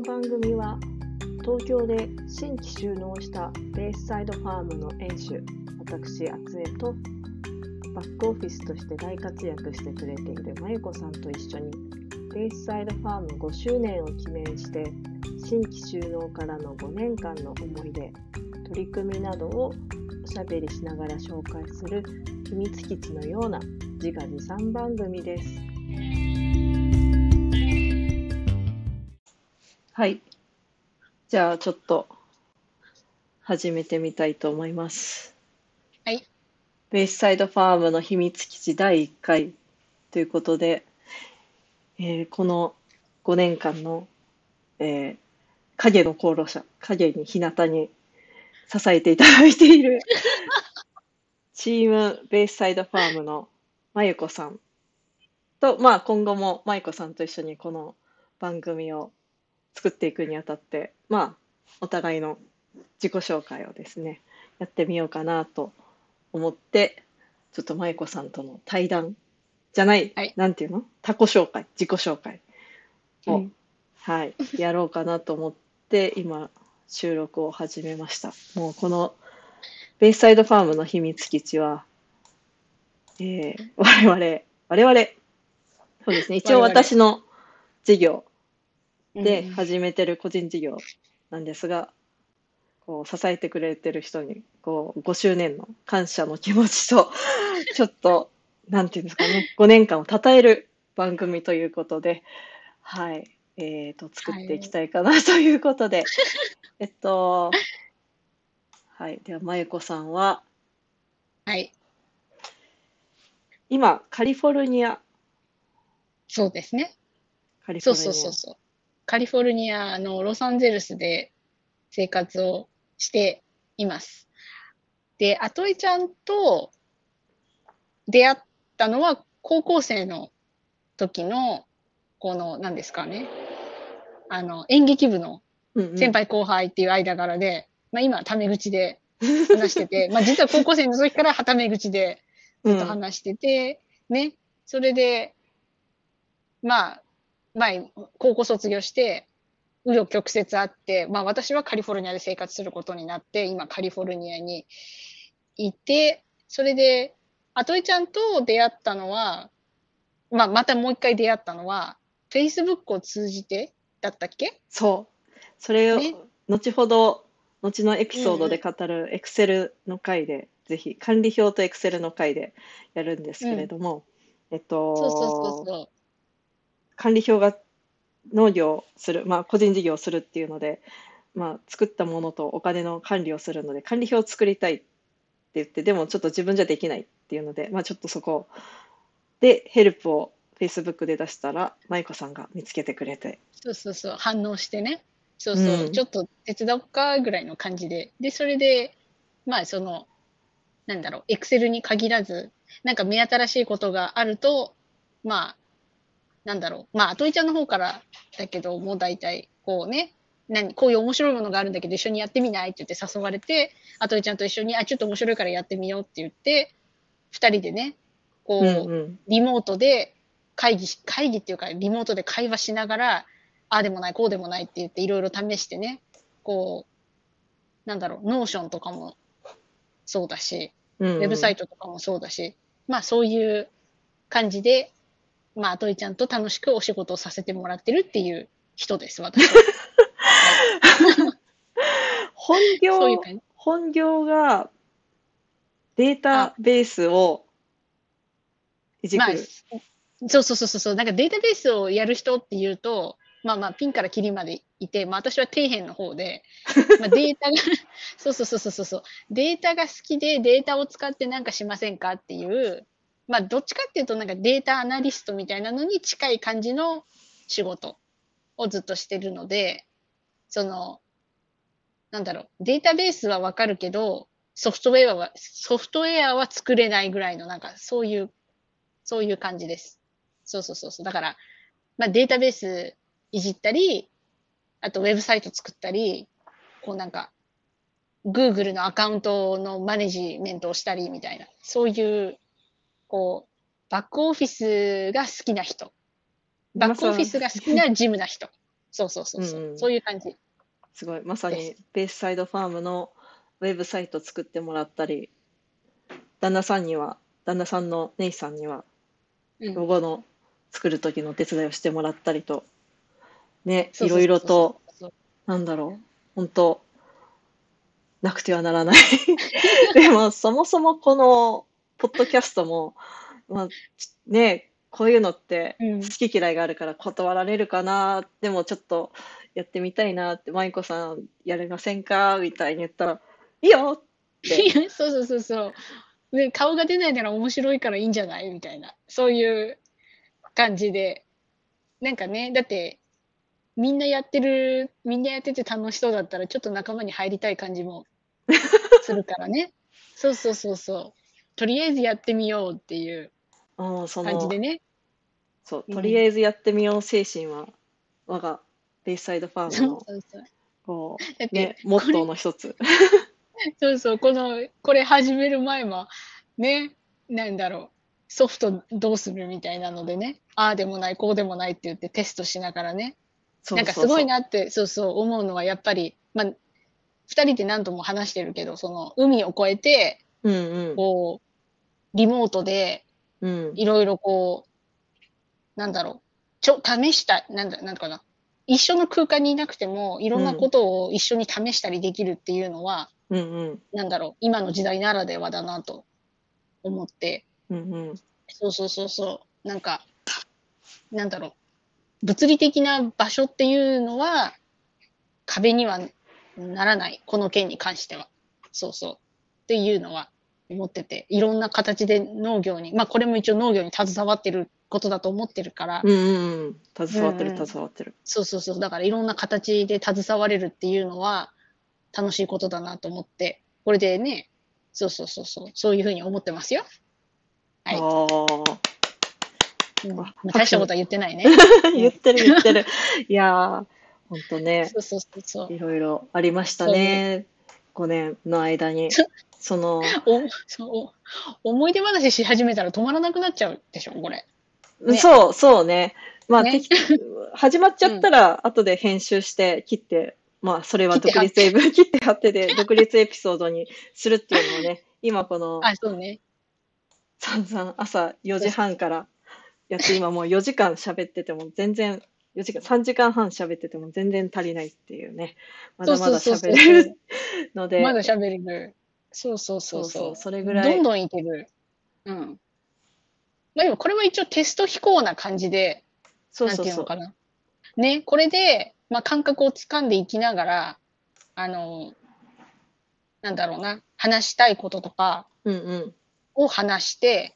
番組は東京で新規就農したベースサイドファームの園主、私厚江とバックオフィスとして大活躍してくれているまゆこさんと一緒にベースサイドファーム5周年を記念して新規就農からの5年間の思い出、取り組みなどをおしゃべりしながら紹介する秘密基地のような自画自賛番組です。はい。じゃあちょっと始めてみたいと思います。 はい。 ベースサイドファームの秘密基地第1回ということで、この5年間の、影の功労者、影に日向に支えていただいているチームベースサイドファームのまゆこさんと、今後もまゆこさんと一緒にこの番組を作っていくにあたって、お互いの自己紹介をですね、やってみようかなと思って、ちょっとまゆこさんとの対談じゃない、 はい。 なんていうの？他己紹介、自己紹介を、 うん。 はい、やろうかなと思って、今、収録を始めました。もうこのベースサイドファームの秘密基地は、我々、そうですね、一応我々。 私の事業でうん始めてる個人事業なんですが、こう支えてくれてる人にこう5周年の感謝の気持ちとちょっとなんていうんですかね、5年間を称える番組ということで、はい、作っていきはい。 たいかなということで、はい、ではまゆこさんははい。 今カリフォルニア、 そうですね。 カリフそうォルニア、 そうそうそう。カリフォルニアのロサンゼルスで生活をしています。で、アトイちゃんと出会ったのは高校生の時の、この、何ですかね。演劇部の先うん輩後輩っていう間柄で、今はタメ口で話してて、実は高校生の時からタメ口でずっとうん、 話してて、ね。それで、まあ、前、高校卒業して、紆余曲折あって、私はカリフォルニアで生活することになって、今カリフォルニアにいて、それで、アトイちゃんと出会ったのは、またもう一回出会ったのは、Facebook を通じてだったっけそう、それね。 を後ほど後のエピソードでうん語るエクセルの回でぜひ管理表とエクセルの回でやるんですうん。 けうん。 れども、えっそうそうそうとそ管理表が農業をする、個人事業をするっていうので、作ったものとお金の管理をするので管理表を作りたいって言って、でもちょっと自分じゃできないっていうので、ちょっとそこでヘルプを Facebook で出したら舞子さんが見つけてくれて、 そうそうそう、反応してね。そううそう、ちょん、 っと手伝おうかぐらいの感じで。で、それで、その、なんだろう、エクセルに限らず、なんか目新しいことがあると、まあ、なんだろう、あといちゃんの方からだけど、もう大体、こうね、こういう面白いものがあるんだけど、一緒にやってみないって言って誘われて、あといちゃんと一緒に、ちょっと面白いからやってみようって言って、二人でね、 うんこうん、 う、リモートで会議っていうか、リモートで会話しながら、ああでもない、こうでもないって言って、いろいろ試してね、こう、なんだろう、ノーションとかもそうだし、 うんウェブうん。 サイトとかもそうだし、そういう感じで、アトイちゃんと楽しくお仕事をさせてもらってるっていう人です、私は。はい。 本業、 そういう感じ。 本業がデーあ、 タベースをいじまあ、 くる。 そうそうそうそう、なんかデータベースをやる人っていうと、ピンからキリまでいて、私は底辺の方で、データがそうそうそうそうそう、データが好きでデータを使ってなんかしませんかっていう、どっちかっていうとなんかデータアナリストみたいなのに近い感じの仕事をずっとしてるので、その、なんだろう、データベースはわかるけど、ソフトウェアは作れないぐらいのなんかそういう感じです。そうそうそうそう。だから、データベースいじったり、あとウェブサイト作ったり、こうなんか、Google のアカウントのマネジメントをしたりみたいな、そういう、こう、バックオフィスが好きな人。バックオフィまあさ、 スが好きなジムな人。 そうそうそうそう。 うんうん。 そういう感じすごい。まさにです。 ベースサイドファームのウェブサイト作ってもらったり、旦那さんには、旦那さんのネイさんには、 うん。 ロゴの作る時の手伝いをしてもらったりと、ね、 そうそういろいそうそうろと、 そう。 なんだろう、本当なくてはならないでも、そもそもこの、ポッドキャストも、まあ、ね、こういうのってうん。 好き嫌いがあるから断られるかな、でもちょっとやってみたいなって、舞子さんやれませんかみたいに言ったら、いいよって。 そうそうそうそう。で、顔が出ないなら面白いからいいんじゃないみたいな。そういう感じで。なんかね、だって、みんなやってて楽しそうだったら、ちょっと仲間に入りたい感じもするからね。そうそうそうそう。とりあえずやってみようっていうもうその、 感じでね。 そう、 うん。 とりあえずやってみよう精神は、我がベイサイドファームそうの、 そうそう。 こだって、 う、ね、モットーこれ、 の一つ。 そうそう、これ始める前は、ね、なんだろう、ソフトどうするみたいなのでね、ああでもない、こうでもないって言ってテストしながらね、 そなんかすごいうそうそなって、そうそう思うのはやっぱり、まあ、二人で何度も話してるけど、その海を越えて、 う。うんこう、リモートでうん。うん。 いろいろこう、なんだろう、試した、なんかな、一緒の空間にいなくても、いろんなこうん。 とを一緒に試したりできるっていうのは、 うんうん。 なんだろう、今の時代ならではだなと思って、 うんうん。 そうそうそうそう、なんか、なんだろう、物理的な場所っていうのは壁にはならない、この件に関しては。そうそう。っていうのは思ってて、いろんな形で農業に、まあこれも一応農業に携わってることだと思ってるから、 うんうんうん。 う携わってる、 んうん。 携わってる。 そうそうそう。だからいろんな形で携われるっていうのは楽しいことだなと思って、これでね、そうそうそうそう、そういうふうに思ってますよ。はい。 ああ。 うん。 あ、 まあ、大拍手もしたことは言ってないね。うん。 言ってる言ってる。いやー、ほんとね、 そうそうそうそう。 いろいろありましたそういう、 ね。5年の間に。その、 そう、思い出話し始めたら止まらなくなっちゃうでしょ、これ。ね。 そう、そうね。まあ、 ね。 始まっちゃうん。 ったら、後で編集して切って、まあ、それは切って貼って。 切って貼ってで、独立エピソードにするっていうのをね、今この、 あ、そうね。 散々朝4時そうそうそう。 半からやって今もう4時間喋ってても全然、4時間、3時間半喋ってても全然足りないっていうね。まそうだまだそうそう喋れるそうそう。 ので、 まだ喋れる。そうそうそうそうそう、 そそれう。 ぐらい、 どんどんいける。うん。まあでもこれは一応テスト飛行な感じで、なんそうそうそていうのかな。ね、これで、まあ感覚をつかんでいきながら、あの、なんだろうな、話したいこととかう。うんうん。 を話して、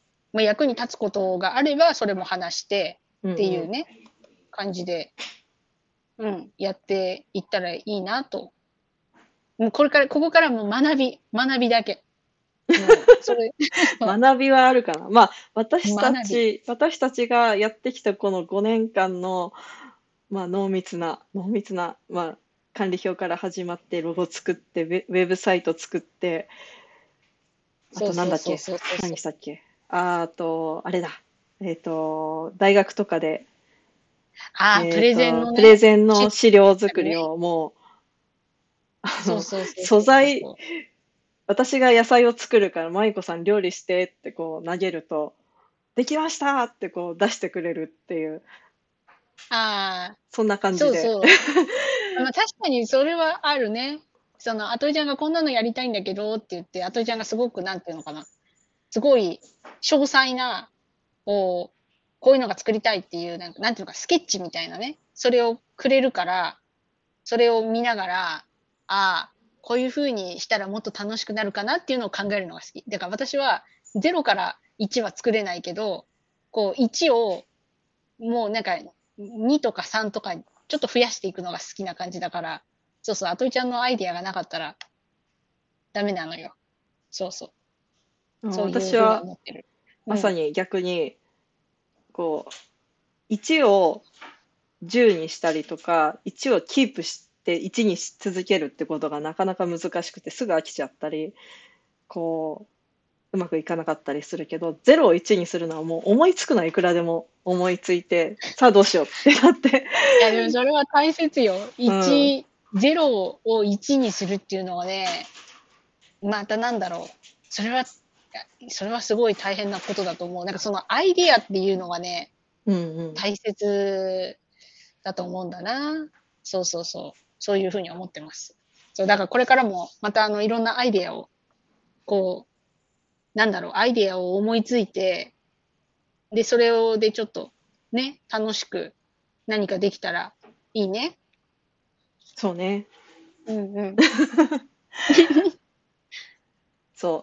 まあ役に立つことがあればそれも話してうんっていうん。 うね、感じで、うん、やっていったらいいなと。もうこれから、ここからもう学びだけ。もう、それ、そ学びはあるかな。まあ、 う、学び。 私たちがやってきたこの5年間の、まあ、濃密な、まあ、管理表から始まって、ロゴ作って、ウェブサイト作って、あそうとなんだっけそうそうそうそうそう。 何したっけあと、あれだ。大学とかで、 ああ、プレゼンのプレね、 ゼンのし資料作ね。 りをもう、 そうそうそうそうそう素材、 そう。 私が野菜を作るから、舞子さん料理してってこう投げると、できましたってこう出してくれるっていう、 ああ、 そんな感じで。 そうそう。まあ、確かにそれはあるね。その、あといちゃんがこんなのやりたいんだけどって言って、あといちゃんがすごく、なんていうのかな。すごい詳細な、こう、こういうのが作りたいっていう、なんていうのか、スケッチみたいなね。それをくれるから、それを見ながら、ああ、こういう風にしたらもっと楽しくなるかなっていうのを考えるのが好き。だから私は0から1は作れないけど、こう1をもうなんか2とか3とかちょっと増やしていくのが好きな感じだから、そうそう、あといちゃんのアイディアがなかったらダメなのよ。そうそう。そういう風に私は思ってる。うん。 まさに逆に、こう、1を10にしたりとか、1をキープして1にし続けるってことがなかなか難しくてすぐ飽きちゃったり、こう、 うまくいかなかったりするけど、0を1にするのはもう思いつくのはいくらでも思いついて、さあどうしようってなって、 いや、でもそれは大切よ。 うん、 0を1にするっていうのはね、またなんだろう。それは、それはすごい大変なことだと思う。なんかそのアイディアっていうのがね、 うん、 大切だと思うんだな。そうそうそう。そういうふうに思ってます。そう、だからこれからもまたいろんなアイディアを、こなんだろう、アイディアを思いついて、で、それをでちょっとね、楽しく何かできたらいいね。 そうね。 うんうん。 そう。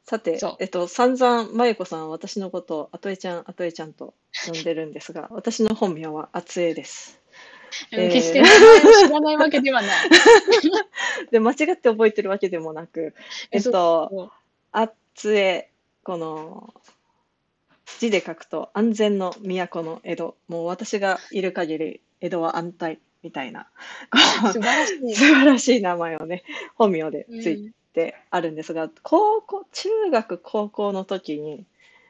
さて、 そ散々、まゆこさんは私のことを、あとえちゃん、あとえちゃんと呼んでるんですが、私の本名はあつえです。 う。決しえーて名前を知らないわけではない。 で、間違って覚えてるわけでもなく、 そうそう。 あつえ、この、字で書くと安全の都の江戸。もう私がいる限り江戸は安泰みたいな、こう素晴らしい。 素晴らしい名前をね、本名でついうん。 てあるんですが、中学高校の時に、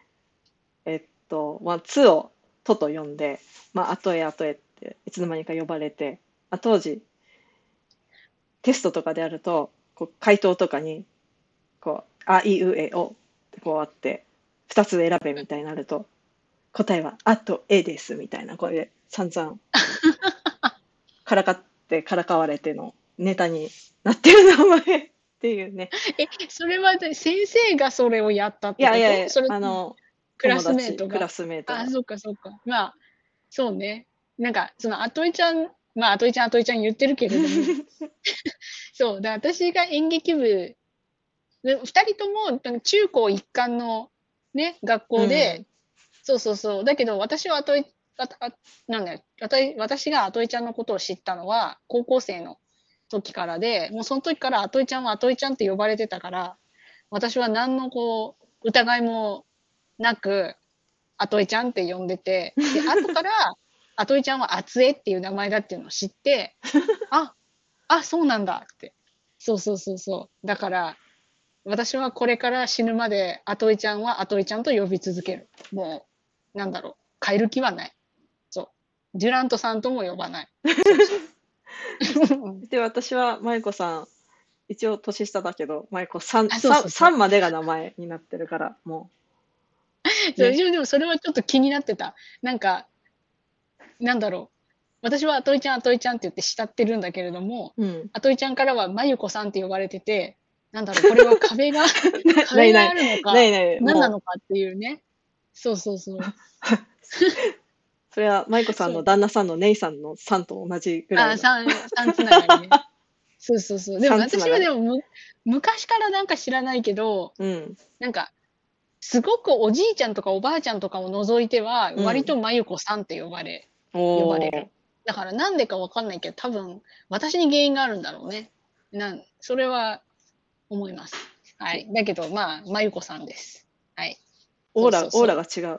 まあ、つをとと呼んで、まあ、後へ後へっていつの間にか呼ばれて、まあ、当時テストとかであると、こう回答とかに、こう、あいうえおってこうあって、二つ選べみたいになると、答えはあとえですみたいな声で散々からかってからかわれてのネタになってる名前っていうね。 それはね、先生がそれをやったっいてこやいやいや、 とそれともクラスメートが。 クラスメートあ、 が。 そっかそっか。まあ、そうね。なんか、その、あといちゃん、まあ、あといちゃん、あといちゃん言ってるけれども、そう、私が演劇部、で二人とも、中高一貫のね、学校で、 うん。 そうそうそう。だけど、私はあとい、あ、あなんだよ、私があといちゃんのことを知ったのは、高校生の時からで、もうその時からあといちゃんはあといちゃんって呼ばれてたから、私は何の疑いもなく、あといちゃんって呼んでて、で、後から、あといちゃんはあつえっていう名前だっていうのを知って、あ、そうなんだって。そうそうそうそう。だから、私はこれから死ぬまで、あといちゃんはあといちゃんと呼び続ける。もう、なんだろう。変える気はない。そう。デュラントさんとも呼ばない。そうそう。 で、私は、まゆこさん、一応年下だけど、まゆこ3、 あ、そうそうそう。 3までが名前になってるから、もう、 そう、 ね。 でもそれはちょっと気になってた。なんか、なんだろう。私はあといちゃん、あといちゃんって言って慕ってるんだけれども、 うん。 あといちゃんからはまゆこさんって呼ばれてて、なんだろう、これは壁が、壁があないない、 るのか、 ないない、も何なのかっていうね。そうそうそう。 う、それは、まゆこさんそう。 の旦那さんのネイさんのさんと同じぐらいの、 三つながりね。そうそうそう。でも 3つながり。 私はでも昔からなんか知らないけど、 うん、 なんか、すごくおじいちゃんとかおばあちゃんとかを除いては、 うん。 割とまゆこさんって呼ばれる。 おー、 だからなんでかわかんないけど、多分、私に原因があるんだろうね。それは思います。はい。だけど、まあ、まゆこさんです。はい。そうそうオーラそう。 が違う。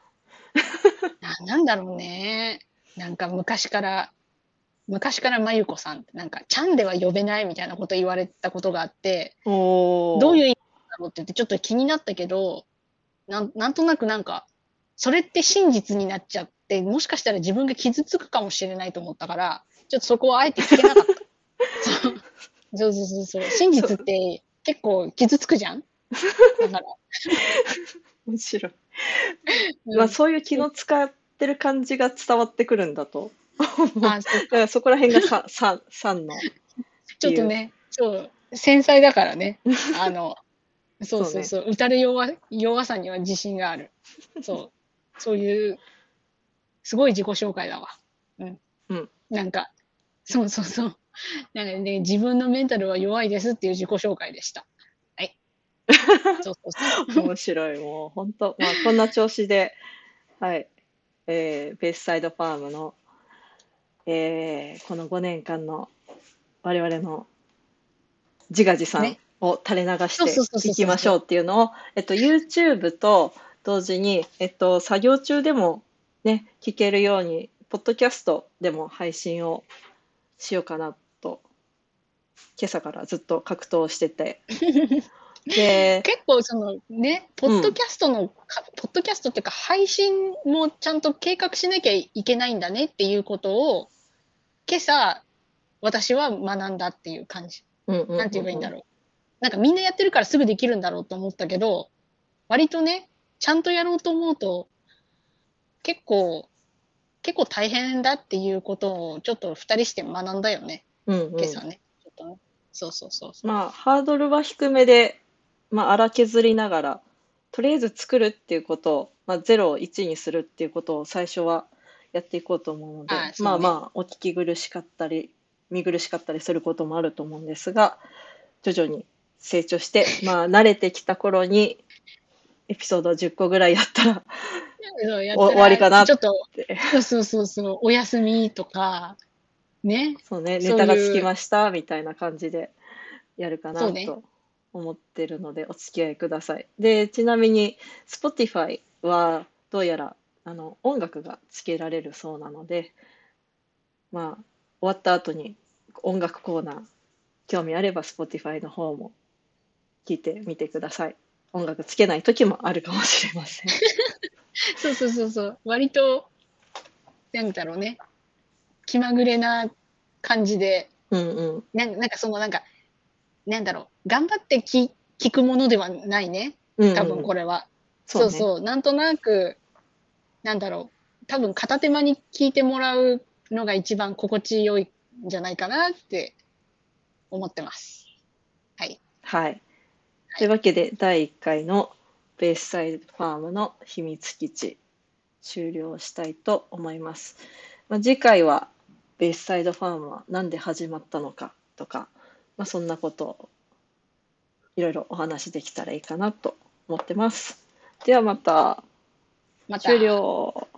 なんだろうね。なんか昔からまゆこさんって、なんか、ちゃんでは呼べないみたいなこと言われたことがあって、どうおー、 いう意味だろうって言ってちょっと気になったけど、なんとなくなんか、それって真実になっちゃって、もしかしたら自分が傷つくかもしれないと思ったから、ちょっとそこはあえて聞けなかった。そうそうそうそうそう。真そう、 実って結構傷つくじゃんだから。 面白い。まあ、 うん。 そういう気の使ってる感じが伝わってくるんだと思う。だあ、そうか。 からそこら辺がさんのっていう。 ちょっとね、そう、繊細だからね。あの、そうそうね。 そうそう。弱さには自信がある。そう。そういう、すごい自己紹介だわ。うん。 うん。 なんか、そうそうそう。なんかね、自分のメンタルは弱いですっていう自己紹介でした。はい。そうそうそう。 面白い。もう本当、まあ、こんな調子で、はい。ベースサイドファームの、この5年間の我々の自画自賛ね。 を垂れ流してそうそうそうそいきましうそうそう。 ょうっていうのを、YouTube と同時に、作業中でもね、聞けるように、ポッドキャストでも配信をしようかなと、今朝からずっと格闘してて、 で、 結構そのね、ポッドキャストの、ポッドキャストっていうか配信もちゃんと計画しなきゃいけないんだねっていうことを、今朝、私は学んだっていう感じ。 うんうんなんて言えばいいんうんうん。 だろう。なんかみんなやってるからすぐできるんだろうと思ったけど、割とね、ちゃんとやろうと思うと、結構、結構大変だっていうことをちょっと二人して学んだよね。 うんうん。 今朝ね。ちょっとね。そうそうそうそう。 まあ、ハードルは低めで、まあ、荒削りながら、とりあえず作るっていうことを、まあ、0を1にするっていうことを最初はやっていこうと思うので、 ああ、そうね。 まあまあ、お聞き苦しかったり、見苦しかったりすることもあると思うんですが、徐々に成長して、まあ、慣れてきた頃に、エピソード10個ぐらいやったらそうやったら、 終わりかなっちょっと、 て、 そうそうそうそう、お休みとか、ね。 そうね、ネそうタがつきいう、 ましたみたいな感じでやるかそうね。 なと思ってるので、お付き合いください。で、ちなみに、Spotify はどうやら音楽がつけられるそうなので、まあ、終わった後に音楽コーナー、興味あれば Spotify の方も聞いてみてください。音楽つけない時もあるかもしれません。 そうそうそうそう。割と、なんだろうね。気まぐれな感じで、 うんうん。 なんかそのなんか、なんだろう。頑張って聞くものではないね。多分うんうん。 これは。 そうね。 そうそう。なんとなく、なんだろう。多分片手間に聞いてもらうのが一番心地よいんじゃないかなって思ってます。はい。 はい。 はい。 というわけで、第1回のベースサイドファームの秘密基地、終了したいと思います。まあ、次回はベースサイドファームは何で始まったのかとか、まあ、そんなことをいろいろお話できたらいいかなと思ってます。ではまた。終また。 了。